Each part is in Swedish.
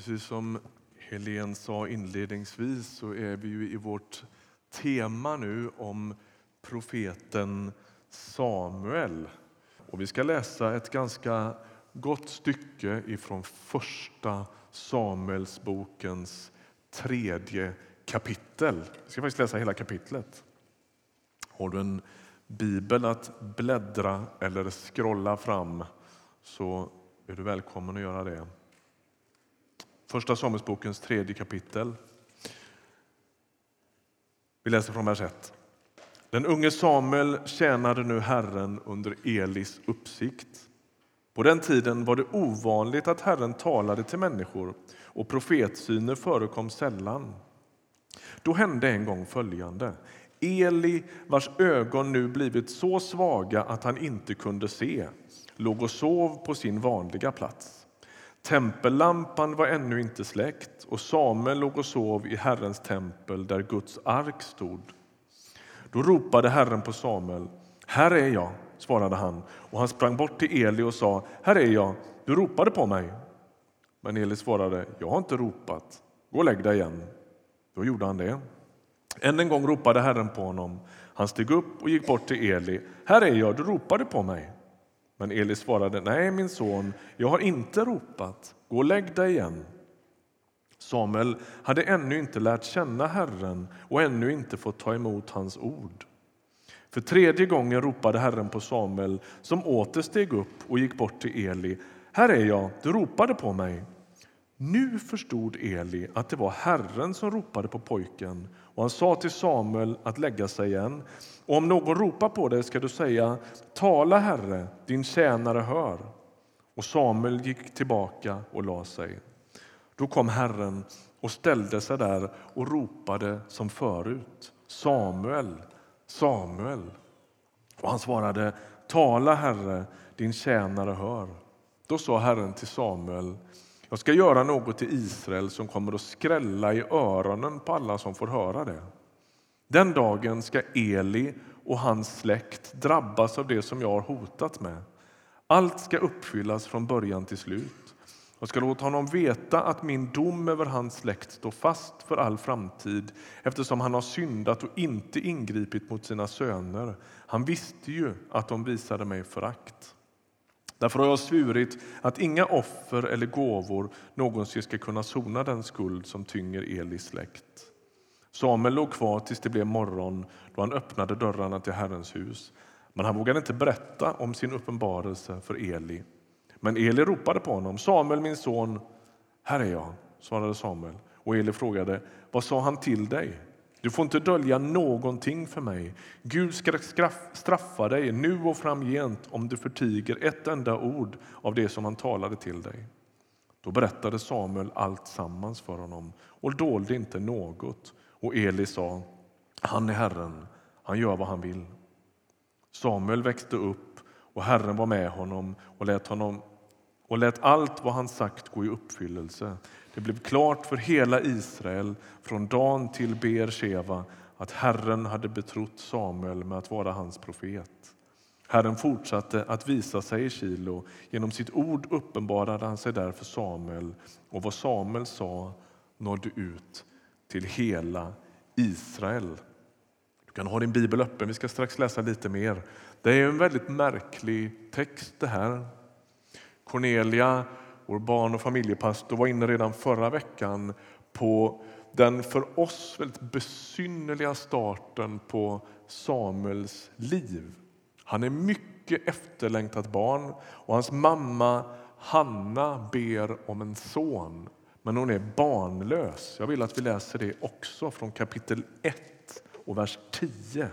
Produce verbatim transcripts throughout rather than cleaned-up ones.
Precis som Helene sa inledningsvis så är vi ju i vårt tema nu om profeten Samuel. Och vi ska läsa ett ganska gott stycke ifrån första Samuelsbokens tredje kapitel. Vi ska faktiskt läsa hela kapitlet. Har du en bibel att bläddra eller scrolla fram så är du välkommen att göra det. Första Samuelsbokens tredje kapitel. Vi läser från vers ett. Den unge Samuel tjänade nu Herren under Elis uppsikt. På den tiden var det ovanligt att Herren talade till människor och profetsyner förekom sällan. Då hände en gång följande. Eli, vars ögon nu blivit så svaga att han inte kunde se, låg och sov på sin vanliga plats. Tempellampan var ännu inte släckt och Samuel låg och sov i Herrens tempel där Guds ark stod. Då ropade Herren på Samuel. Här är jag, svarade han, och han sprang bort till Eli och sa, här är jag, du ropade på mig. Men Eli svarade, jag har inte ropat, gå och lägg dig igen. Då gjorde han det. Än en gång ropade Herren på honom. Han steg upp och gick bort till Eli. Här är jag, du ropade på mig. Men Eli svarade, nej min son, jag har inte ropat, gå och lägg dig igen. Samuel hade ännu inte lärt känna Herren och ännu inte fått ta emot hans ord. För tredje gången ropade Herren på Samuel som åter steg upp och gick bort till Eli. Här är jag, du ropade på mig. Nu förstod Eli att det var Herren som ropade på pojken och han sa till Samuel att lägga sig igen. Och om någon ropar på dig ska du säga, tala Herre, din tjänare hör. Och Samuel gick tillbaka och la sig. Då kom Herren och ställde sig där och ropade som förut, Samuel, Samuel. Och han svarade, tala Herre, din tjänare hör. Då sa Herren till Samuel, jag ska göra något till Israel som kommer att skrälla i öronen på alla som får höra det. Den dagen ska Eli och hans släkt drabbas av det som jag har hotat med. Allt ska uppfyllas från början till slut. Jag ska låta honom veta att min dom över hans släkt står fast för all framtid eftersom han har syndat och inte ingripit mot sina söner. Han visste ju att de visade mig förakt. Därför har jag svurit att inga offer eller gåvor någonsin ska kunna sona den skuld som tynger Elis släkt. Samuel låg kvar tills det blev morgon då han öppnade dörrarna till Herrens hus. Men han vågade inte berätta om sin uppenbarelse för Eli. Men Eli ropade på honom. Samuel, min son, här är jag, svarade Samuel. Och Eli frågade, vad sa han till dig? Du får inte dölja någonting för mig. Gud ska straffa dig nu och framgent om du förtiger ett enda ord av det som han talade till dig. Då berättade Samuel allt sammans för honom och dolde inte något. Och Eli sa, han är Herren, han gör vad han vill. Samuel växte upp och Herren var med honom och lät, honom, och lät allt vad han sagt gå i uppfyllelse. Det blev klart för hela Israel från Dan till Beersheva att Herren hade betrott Samuel med att vara hans profet. Herren fortsatte att visa sig i Shilo. Genom sitt ord uppenbarade han sig där för Samuel. Och vad Samuel sa nådde ut till hela Israel. Du kan ha din bibel öppen, vi ska strax läsa lite mer. Det är en väldigt märklig text det här. Cornelia, vår barn- och familjepastor, var inne redan förra veckan på den för oss väldigt besynnerliga starten på Samuels liv. Han är mycket efterlängtat barn och hans mamma Hanna ber om en son. Men hon är barnlös. Jag vill att vi läser det också från kapitel ett och vers tio.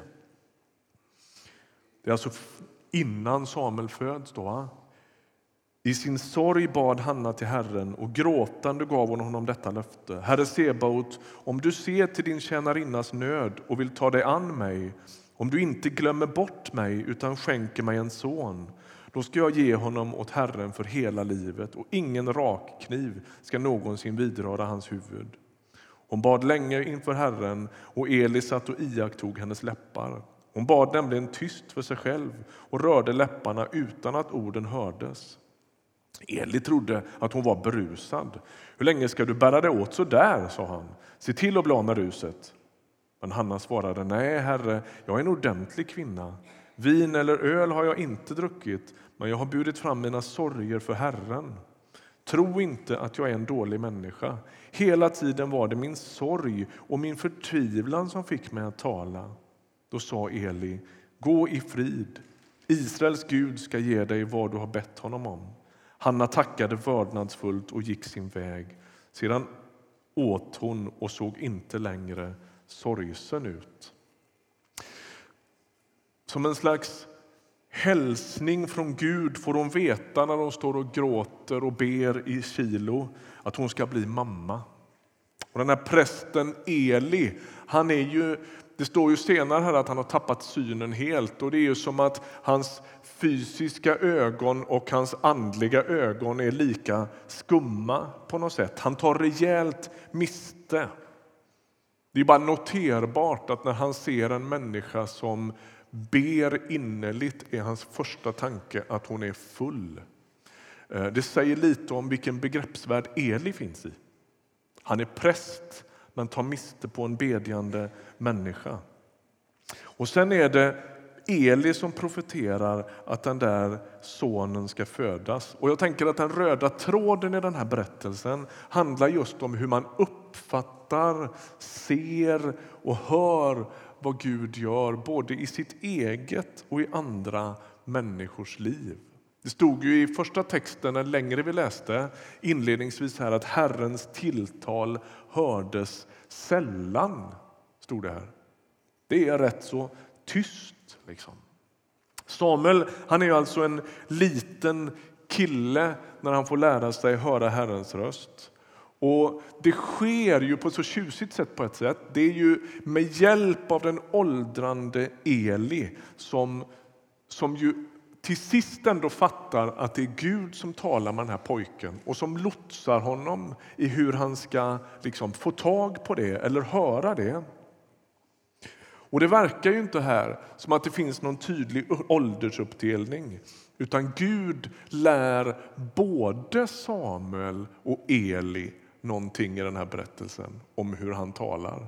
Det är alltså innan Samuel föds då. I sin sorg bad Hanna till Herren och gråtande gav hon honom detta löfte. Herre Sebaot, om du ser till din tjänarinnas nöd och vill ta dig an mig, om du inte glömmer bort mig utan skänker mig en son, då ska jag ge honom åt Herren för hela livet och ingen rakkniv ska någonsin vidröra hans huvud. Hon bad länge inför Herren och Eli satt och iakttog hennes läppar. Hon bad nämligen tyst för sig själv och rörde läpparna utan att orden hördes. Eli trodde att hon var berusad. Hur länge ska du bära dig åt så där, sa han. Se till att bli av med ruset. Men Hanna svarade, nej herre, jag är en ordentlig kvinna. Vin eller öl har jag inte druckit, men jag har bjudit fram mina sorger för Herren. Tro inte att jag är en dålig människa. Hela tiden var det min sorg och min förtvivlan som fick mig att tala. Då sa Eli, gå i frid. Israels Gud ska ge dig vad du har bett honom om. Hanna tackade vördnadsfullt och gick sin väg. Sedan åt hon och såg inte längre sorgsen ut. Som en slags hälsning från Gud får hon veta när hon står och gråter och ber i Kilo att hon ska bli mamma. Och den här prästen Eli, han är ju, det står ju senare här att han har tappat synen helt. Och det är ju som att hans fysiska ögon och hans andliga ögon är lika skumma på något sätt. Han tar rejält miste. Det är bara noterbart att när han ser en människa som ber innerligt är hans första tanke att hon är full. Det säger lite om vilken begreppsvärld Eli finns i. Han är präst men tar miste på en bedjande människa. Och sen är det Eli som profeterar att den där sonen ska födas. Och jag tänker att den röda tråden i den här berättelsen handlar just om hur man uppfattar, ser och hör vad Gud gör både i sitt eget och i andra människors liv. Det stod ju i första texten, en längre vi läste, inledningsvis här att Herrens tilltal hördes sällan, stod det här. Det är rätt så tyst liksom. Samuel, han är ju alltså en liten kille när han får lära sig höra Herrens röst. Och det sker ju på ett så tjusigt sätt på ett sätt. Det är ju med hjälp av den åldrande Eli som, som ju till sist ändå fattar att det är Gud som talar med den här pojken och som lotsar honom i hur han ska liksom få tag på det eller höra det. Och det verkar ju inte här som att det finns någon tydlig åldersuppdelning, utan Gud lär både Samuel och Eli någonting i den här berättelsen om hur han talar.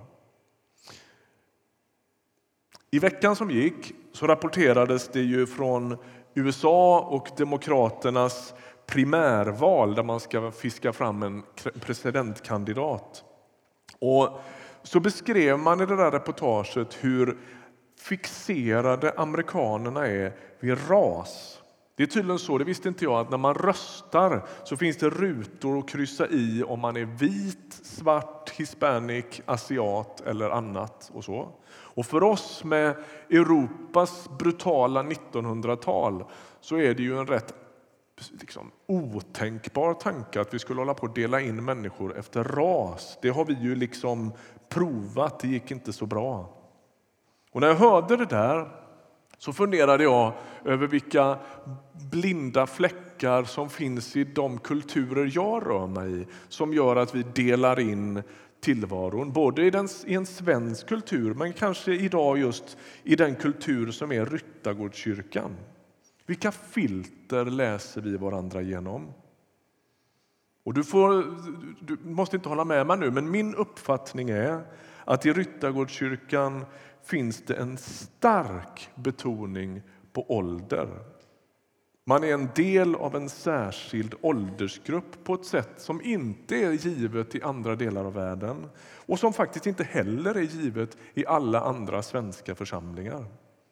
I veckan som gick så rapporterades det ju från U S A och demokraternas primärval där man ska fiska fram en presidentkandidat. Och så beskrev man i det där reportaget hur fixerade amerikanerna är vid ras. Det är tydligen så, det visste inte jag, att när man röstar så finns det rutor att kryssa i om man är vit, svart, hispanic, asiat eller annat och så. Och för oss med Europas brutala nittonhundratal så är det ju en rätt liksom, otänkbar tanke att vi skulle hålla på att dela in människor efter ras. Det har vi ju liksom provat, det gick inte så bra. Och när jag hörde det där så funderade jag över vilka blinda fläckar som finns i de kulturer jag rör mig i som gör att vi delar in tillvaron. Både i, den, i en svensk kultur men kanske idag just i den kultur som är Ryttargårdskyrkan. Vilka filter läser vi varandra genom? Och du, får, du måste inte hålla med mig nu, men min uppfattning är att i Ryttargårdskyrkan finns det en stark betoning på ålder. Man är en del av en särskild åldersgrupp på ett sätt som inte är givet i andra delar av världen och som faktiskt inte heller är givet i alla andra svenska församlingar.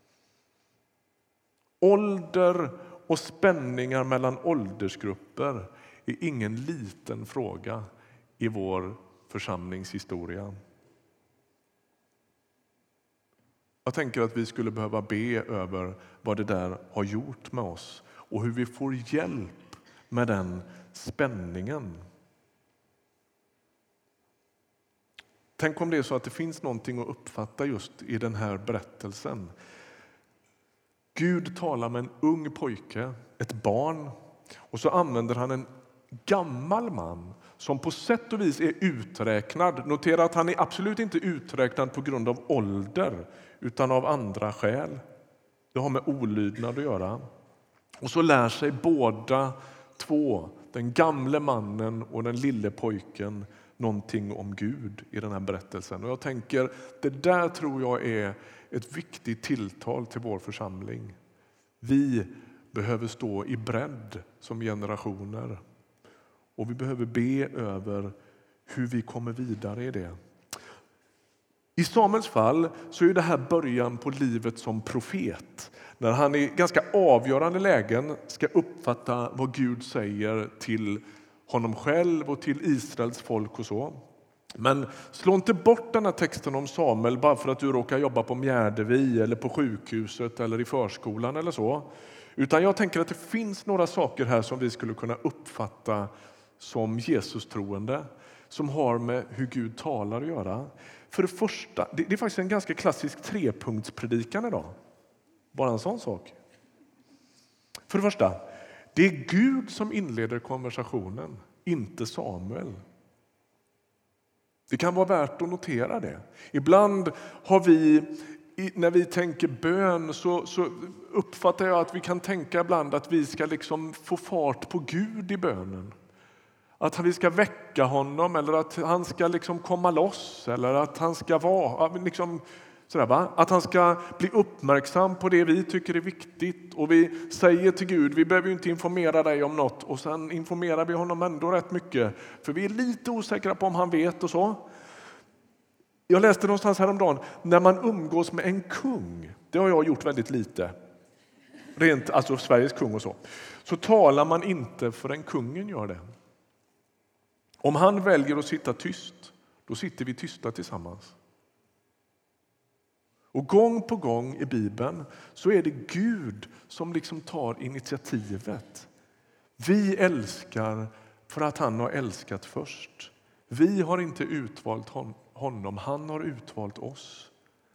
Ålder och spänningar mellan åldersgrupper är ingen liten fråga i vår församlingshistoria. Jag tänker att vi skulle behöva be över vad det där har gjort med oss och hur vi får hjälp med den spänningen. Tänk om det är så att det finns någonting att uppfatta just i den här berättelsen. Gud talar med en ung pojke, ett barn, och så använder han en gammal man som på sätt och vis är uträknad. Notera att han är absolut inte uträknad på grund av ålder utan av andra skäl. Det har med olydnad att göra. Och så lär sig båda två, den gamle mannen och den lille pojken, någonting om Gud i den här berättelsen. Och jag tänker, det där tror jag är ett viktigt tilltal till vår församling. Vi behöver stå i bredd som generationer. Och vi behöver be över hur vi kommer vidare i det. I Samuels fall så är det här början på livet som profet. När han i ganska avgörande lägen ska uppfatta vad Gud säger till honom själv och till Israels folk och så. Men slå inte bort den här texten om Samuel bara för att du råkar jobba på Mjärdevi eller på sjukhuset eller i förskolan eller så. Utan jag tänker att det finns några saker här som vi skulle kunna uppfatta som Jesus troende, som har med hur Gud talar att göra. För det första, det är faktiskt en ganska klassisk trepunktspredikan idag. Bara en sån sak. För det första, det är Gud som inleder konversationen, inte Samuel. Det kan vara värt att notera det. Ibland har vi, när vi tänker bön, så, så uppfattar jag att vi kan tänka ibland att vi ska liksom få fart på Gud i bönen. Att vi ska väcka honom eller att han ska liksom komma loss eller att han ska vara liksom sådär, va? Att han ska bli uppmärksam på det vi tycker är viktigt. Och vi säger till Gud, vi behöver ju inte informera dig om något, och sen informerar vi honom ändå rätt mycket för vi är lite osäkra på om han vet och så. Jag läste någonstans häromdagen, när man umgås med en kung, det har jag gjort väldigt lite, rent, alltså Sveriges kung och så, så talar man inte förrän kungen gör det. Om han väljer att sitta tyst, då sitter vi tysta tillsammans. Och gång på gång i Bibeln så är det Gud som liksom tar initiativet. Vi älskar för att han har älskat först. Vi har inte utvalt honom, han har utvalt oss.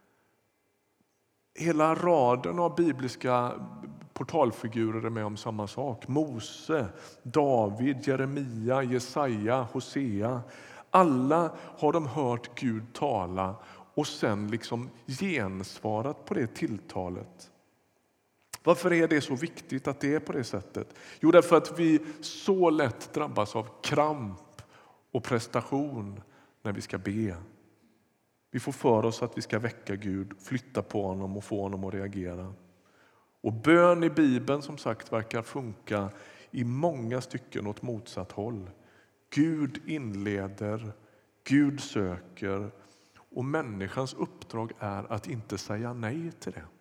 Hela raden av bibliska portalfigurer är med om samma sak. Mose, David, Jeremia, Jesaja, Hosea. Alla har de hört Gud tala och sen liksom gensvarat på det tilltalet. Varför är det så viktigt att det är på det sättet? Jo, därför att vi så lätt drabbas av kramp och prestation när vi ska be. Vi får för oss att vi ska väcka Gud, flytta på honom och få honom att reagera. Och bön i Bibeln som sagt verkar funka i många stycken åt motsatt håll. Gud inleder, Gud söker och människans uppdrag är att inte säga nej till det.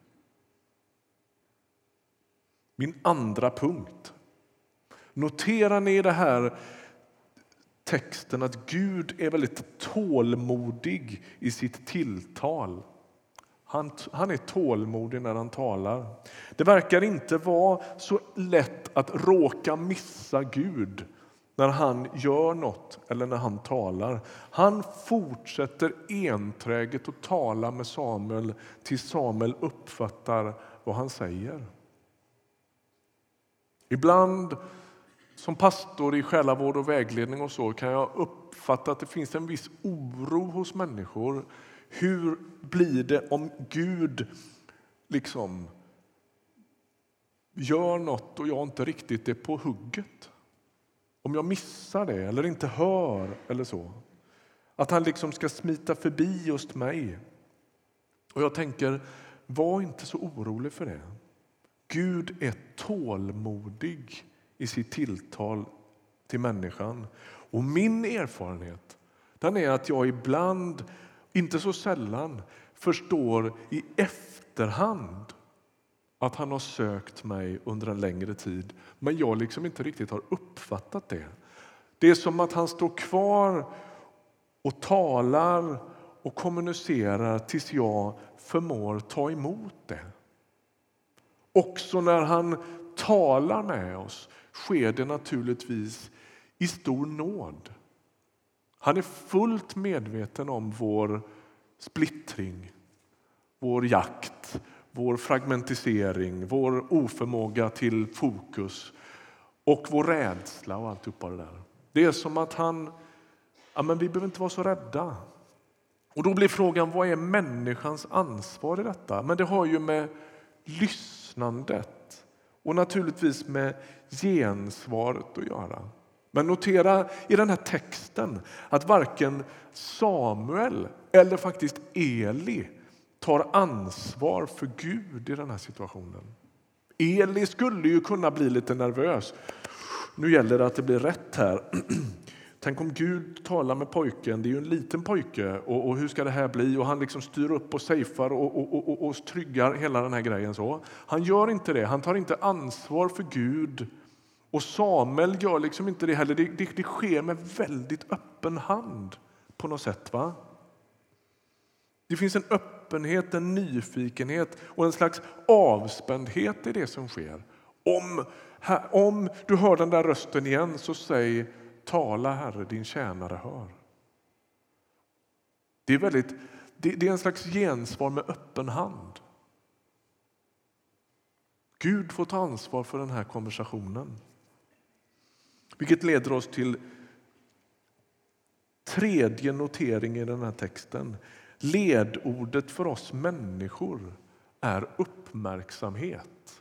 Min andra punkt. Noterar ni det här texten att Gud är väldigt tålmodig i sitt tilltal. Han, han är tålmodig när han talar. Det verkar inte vara så lätt att råka missa Gud när han gör något eller när han talar. Han fortsätter enträget att tala med Samuel tills Samuel uppfattar vad han säger. Ibland som pastor i själavård och vägledning och så kan jag uppfatta att det finns en viss oro hos människor. Hur blir det om Gud liksom gör något och jag inte riktigt är på hugget? Om jag missar det eller inte hör eller så. Att han liksom ska smita förbi just mig. Och jag tänker, var inte så orolig för det. Gud är tålmodig i sitt tilltal till människan. Och min erfarenhet den är att jag ibland, inte så sällan, förstår i efterhand att han har sökt mig under en längre tid. Men jag liksom inte riktigt har uppfattat det. Det är som att han står kvar och talar och kommunicerar tills jag förmår ta emot det. Också när han talar med oss sker det naturligtvis i stor nåd. Han är fullt medveten om vår splittring, vår jakt, vår fragmentisering, vår oförmåga till fokus och vår rädsla och allt upp på det där. Det är som att han, ja men vi behöver inte vara så rädda. Och då blir frågan, vad är människans ansvar i detta? Men det har ju med lyssnandet och naturligtvis med gensvaret att göra. Men notera i den här texten att varken Samuel eller faktiskt Eli tar ansvar för Gud i den här situationen. Eli skulle ju kunna bli lite nervös. Nu gäller det att det blir rätt här. Tänk om Gud talar med pojken, det är ju en liten pojke, och, och hur ska det här bli? Och han liksom styr upp och safear och, och, och, och, och tryggar hela den här grejen så. Han gör inte det, han tar inte ansvar för Gud. Och Samuel gör liksom inte det heller, det, det, det sker med väldigt öppen hand på något sätt, va? Det finns en öppenhet, en nyfikenhet och en slags avspändhet i det som sker. Om, om du hör den där rösten igen, så säg: tala Herre, din tjänare hör. Det är, väldigt, det, det är en slags gensvar med öppen hand. Gud får ta ansvar för den här konversationen. Vilket leder oss till tredje notering i den här texten. Ledordet för oss människor är uppmärksamhet.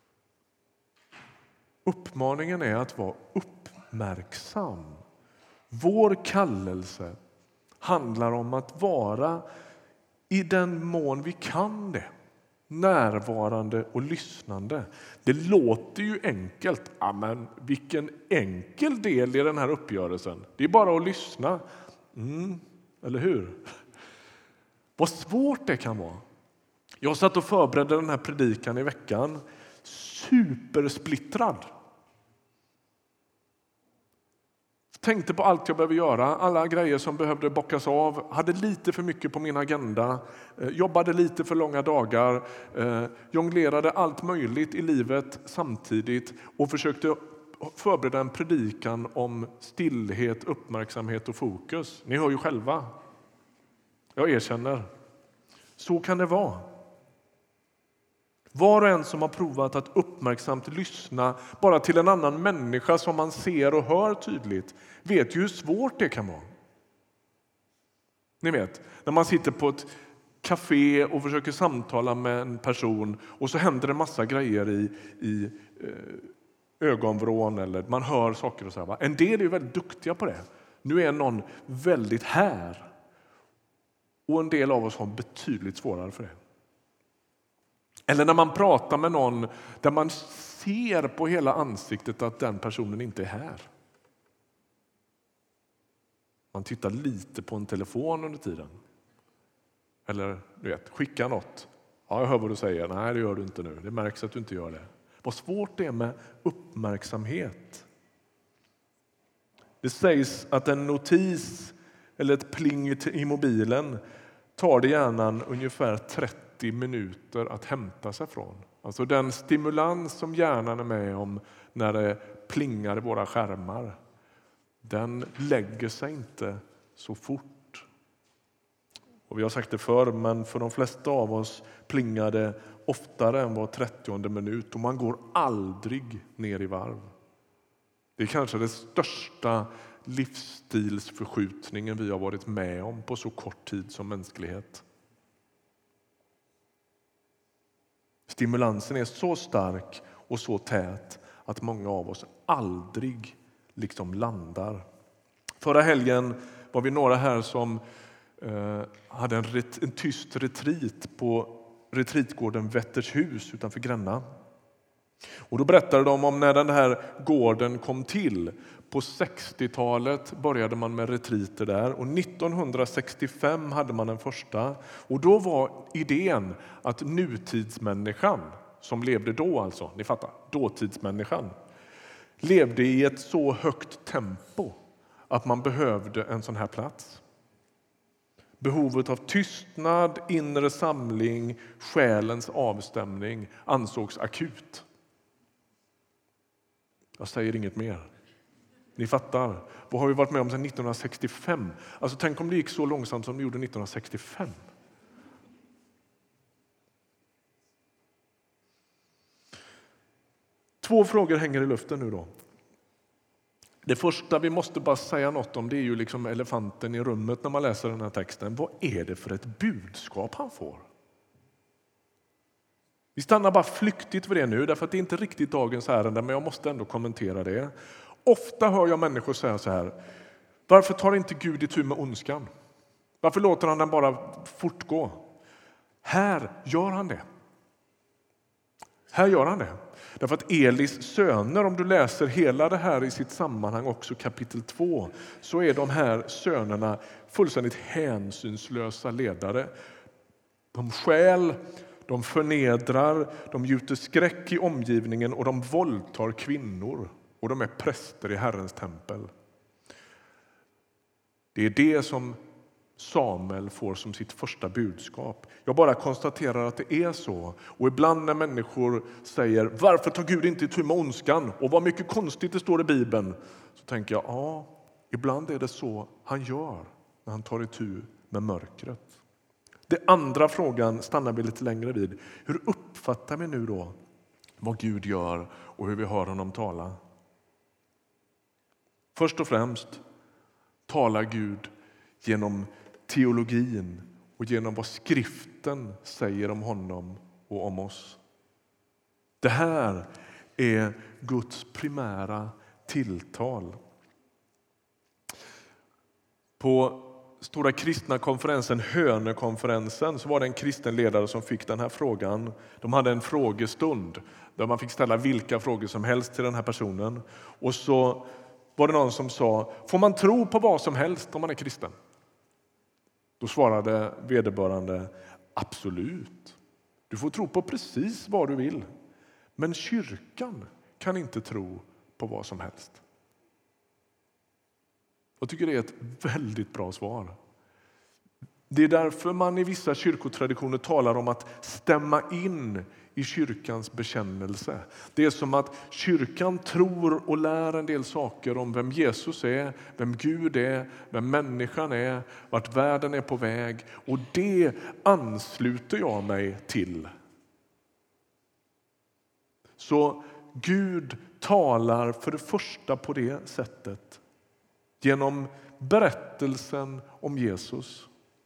Uppmaningen är att vara uppmärksam. Vår kallelse handlar om att vara, i den mån vi kan det, närvarande och lyssnande. Det låter ju enkelt. Ja, men vilken enkel del i den här uppgörelsen. Det är bara att lyssna. Mm, eller hur? Vad svårt det kan vara. Jag satt och förberedde den här predikan i veckan. Supersplittrad. Tänkte på allt jag behöver göra, alla grejer som behövde bockas av. Hade lite för mycket på min agenda, eh, jobbade lite för långa dagar, eh, jonglerade allt möjligt i livet samtidigt och försökte förbereda en predikan om stillhet, uppmärksamhet och fokus. Ni hör ju själva. Jag erkänner. Så kan det vara. Var och en som har provat att uppmärksamt lyssna bara till en annan människa som man ser och hör tydligt vet ju hur svårt det kan vara. Ni vet, när man sitter på ett café och försöker samtala med en person och så händer det massa grejer i, i eh, ögonvrån eller man hör saker och så här, va? En del är ju väldigt duktiga på det. Nu är någon väldigt här och en del av oss har betydligt svårare för det. Eller när man pratar med någon där man ser på hela ansiktet att den personen inte är här. Man tittar lite på en telefon under tiden. Eller du vet, skicka något. Ja, jag hör vad du säger. Nej, det gör du inte nu. Det märks att du inte gör det. Vad svårt det är med uppmärksamhet. Det sägs att en notis eller ett pling i mobilen tar det gärna ungefär trettio minuter att hämta sig från. Alltså den stimulans som hjärnan är med om när det plingar i våra skärmar, den lägger sig inte så fort. Och vi har sagt det förr, men för de flesta av oss plingar det oftare än var trettionde minut och man går aldrig ner i varv. Det är kanske det största livsstilsförskjutningen vi har varit med om på så kort tid som mänsklighet. Stimulansen är så stark och så tät att många av oss aldrig liksom landar. Förra helgen var vi några här som eh, hade en, ret, en tyst retreat på retreatgården Vättershus utanför Gränna. Och då berättade de om när den här gården kom till. På sextiotalet började man med retreater där och nittonhundrasextiofem hade man den första. Och då var idén att nutidsmänniskan som levde då, alltså, ni fattar, dåtidsmänniskan, levde i ett så högt tempo att man behövde en sån här plats. Behovet av tystnad, inre samling, själens avstämning ansågs akut. Jag säger inget mer. Ni fattar. Vad har vi varit med om sedan nittonhundrasextiofem? Alltså tänk om det gick så långsamt som det gjorde nittonhundrasextiofem. Två frågor hänger i luften nu då. Det första vi måste bara säga något om, det är ju liksom elefanten i rummet när man läser den här texten. Vad är det för ett budskap han får? Vi stannar bara flyktigt vid det nu, därför att det är inte riktigt dagens ärende, men jag måste ändå kommentera det. Ofta hör jag människor säga så här: varför tar inte Gud itu med ondskan? Varför låter han den bara fortgå? Här gör han det. Här gör han det. Därför att Elis söner, om du läser hela det här i sitt sammanhang, också kapitel två, så är de här sönerna fullständigt hänsynslösa ledare. De stjäl, de förnedrar, de gjuter skräck i omgivningen och de våldtar kvinnor. Och de är präster i Herrens tempel. Det är det som Samuel får som sitt första budskap. Jag bara konstaterar att det är så. Och ibland när människor säger: varför tar Gud inte itu med ondskan? Och vad mycket konstigt det står i Bibeln. Så tänker jag, ja, ibland är det så han gör när han tar itu med mörkret. Den andra frågan stannar vi lite längre vid. Hur uppfattar vi nu då vad Gud gör och hur vi hör honom tala? Först och främst talar Gud genom teologin och genom vad skriften säger om honom och om oss. Det här är Guds primära tilltal. På stora kristna konferensen, Hönökonferensen, så var det en kristen ledare som fick den här frågan. De hade en frågestund där man fick ställa vilka frågor som helst till den här personen. Och så var det någon som sa: får man tro på vad som helst om man är kristen? Då svarade vederbörande: absolut. Du får tro på precis vad du vill. Men kyrkan kan inte tro på vad som helst. Jag tycker det är ett väldigt bra svar. Det är därför man i vissa kyrkotraditioner talar om att stämma in i kyrkans bekännelse. Det är som att kyrkan tror och lär en del saker om vem Jesus är, vem Gud är, vem människan är, vart världen är på väg. Och det ansluter jag mig till. Så Gud talar för det första på det sättet. Genom berättelsen om Jesus.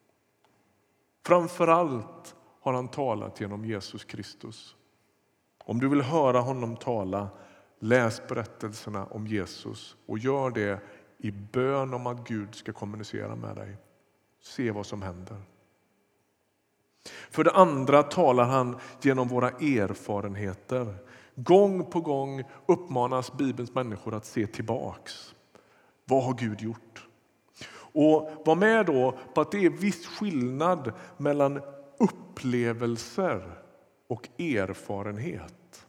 Framförallt har han talat genom Jesus Kristus. Om du vill höra honom tala, läs berättelserna om Jesus och gör det i bön om att Gud ska kommunicera med dig. Se vad som händer. För det andra talar han genom våra erfarenheter. Gång på gång uppmanas Bibelns människor att se tillbaks. Vad har Gud gjort? Och var med då på att det är viss skillnad mellan upplevelser och erfarenhet.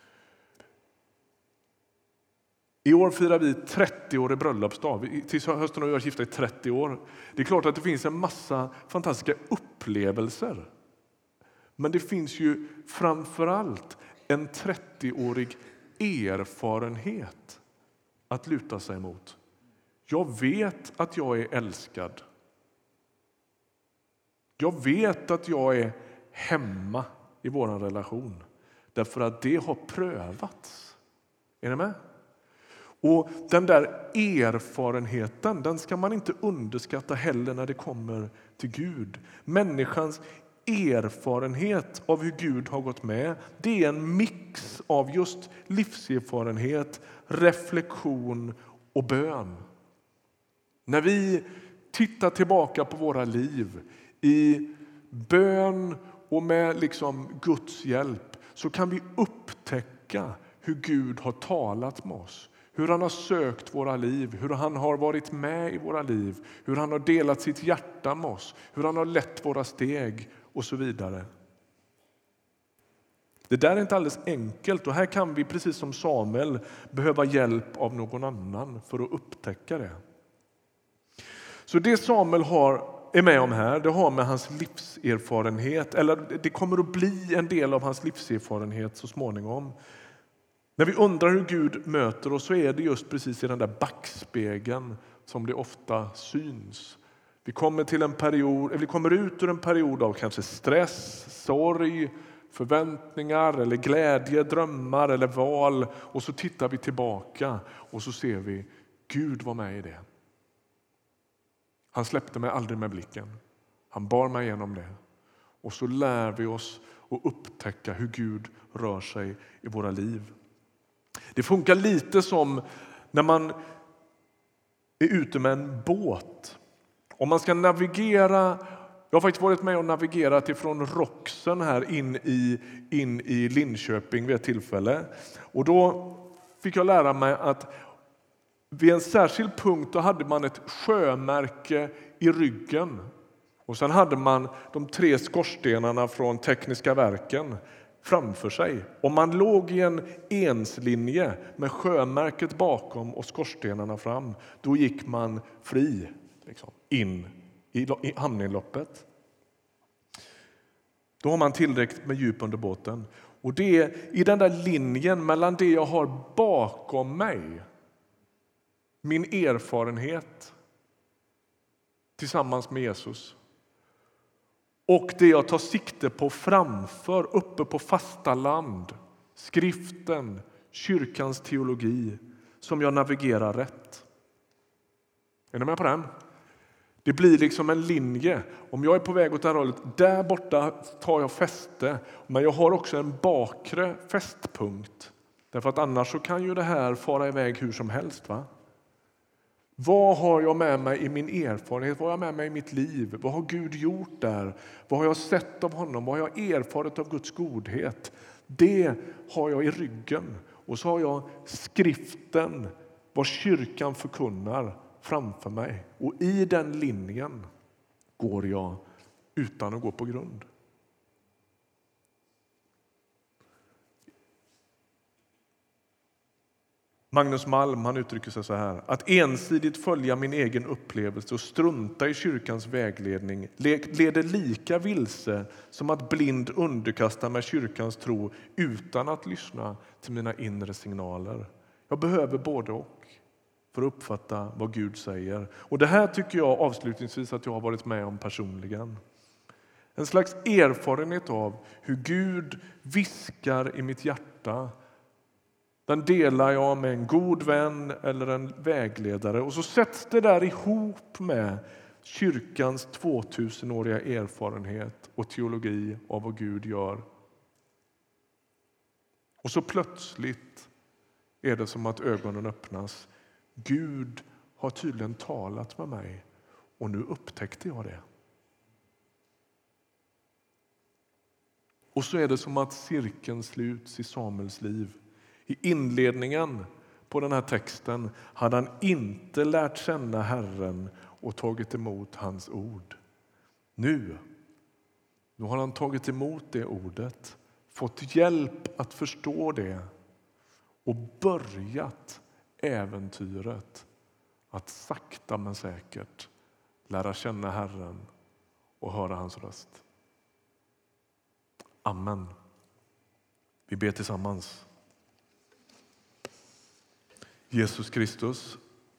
I år firar vi trettio-årig bröllopsdag. Till hösten har vi varit gifta i trettio år. Det är klart att det finns en massa fantastiska upplevelser. Men det finns ju framförallt en trettioårig erfarenhet att luta sig mot. Jag vet att jag är älskad. Jag vet att jag är hemma i vår relation. Därför att det har prövats. Är ni med? Och den där erfarenheten, den ska man inte underskatta heller när det kommer till Gud. Människans erfarenhet av hur Gud har gått med, det är en mix av just livserfarenhet, reflektion och bön. När vi tittar tillbaka på våra liv i bön och med liksom Guds hjälp, så kan vi upptäcka hur Gud har talat med oss. Hur han har sökt våra liv, hur han har varit med i våra liv, hur han har delat sitt hjärta med oss, hur han har lett våra steg och så vidare. Det där är inte alldeles enkelt, och här kan vi precis som Samuel behöva hjälp av någon annan för att upptäcka det. Så det Samuel har, är med om här, det har med hans livserfarenhet, eller det kommer att bli en del av hans livserfarenhet så småningom. När vi undrar hur Gud möter oss, så är det just precis i den där backspegeln som det ofta syns. Vi kommer, till en period, vi kommer ut ur en period av kanske stress, sorg, förväntningar eller glädje, drömmar eller val, och så tittar vi tillbaka och så ser vi Gud var med i det. Han släppte mig aldrig med blicken. Han bar mig igenom det. Och så lär vi oss att upptäcka hur Gud rör sig i våra liv. Det funkar lite som när man är ute med en båt. Om man ska navigera, jag har faktiskt varit med och navigerat ifrån Roxen här in i, in i Linköping vid ett tillfälle. Och då fick jag lära mig att vid en särskild punkt då hade man ett sjömärke i ryggen. Och sen hade man de tre skorstenarna från Tekniska verken framför sig. Om man låg i en enslinje med sjömärket bakom och skorstenarna fram, då gick man fri liksom, in i, i hamninloppet. Då har man tillräckligt med djup under båten. Och det är i den där linjen mellan det jag har bakom mig, min erfarenhet tillsammans med Jesus, och det jag tar sikte på framför, uppe på fasta land, skriften, kyrkans teologi, som jag navigerar rätt. Är ni med på den? Det blir liksom en linje. Om jag är på väg åt det här hållet, där borta tar jag fäste. Men jag har också en bakre fästpunkt. Därför att annars så kan ju det här fara iväg hur som helst, va? Vad har jag med mig i min erfarenhet? Vad har jag med mig i mitt liv? Vad har Gud gjort där? Vad har jag sett av honom? Vad har jag erfarit av Guds godhet? Det har jag i ryggen. Och så har jag skriften, vad kyrkan förkunnar, framför mig. Och i den linjen går jag utan att gå på grund. Magnus Malm, han uttrycker sig så här: att ensidigt följa min egen upplevelse och strunta i kyrkans vägledning leder lika vilse som att blind underkasta mig kyrkans tro utan att lyssna till mina inre signaler. Jag behöver både och för att uppfatta vad Gud säger. Och det här tycker jag avslutningsvis att jag har varit med om personligen. En slags erfarenhet av hur Gud viskar i mitt hjärta. Den delar jag med en god vän eller en vägledare. Och så sätts det där ihop med kyrkans tvåtusenåriga erfarenhet och teologi av vad Gud gör. Och så plötsligt är det som att ögonen öppnas. Gud har tydligen talat med mig och nu upptäckte jag det. Och så är det som att cirkeln sluts i Samuels liv. I inledningen på den här texten hade han inte lärt känna Herren och tagit emot hans ord. Nu, nu har han tagit emot det ordet, fått hjälp att förstå det och börjat äventyret att sakta men säkert lära känna Herren och höra hans röst. Amen. Vi ber tillsammans. Jesus Kristus,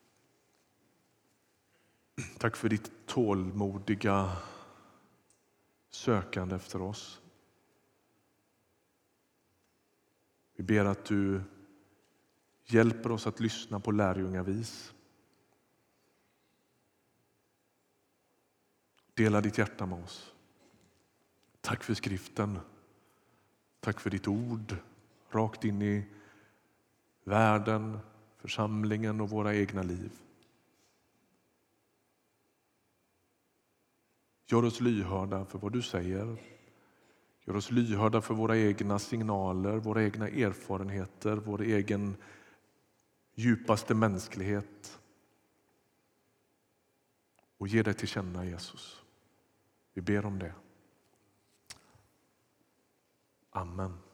tack för ditt tålmodiga sökande efter oss. Vi ber att du hjälper oss att lyssna på lärjungavis. Dela ditt hjärta med oss. Tack för skriften. Tack för ditt ord rakt in i världen, församlingen och våra egna liv. Gör oss lyhörda för vad du säger. Gör oss lyhörda för våra egna signaler, våra egna erfarenheter, vår egen djupaste mänsklighet. Och ge det till känna, Jesus. Vi ber om det. Amen.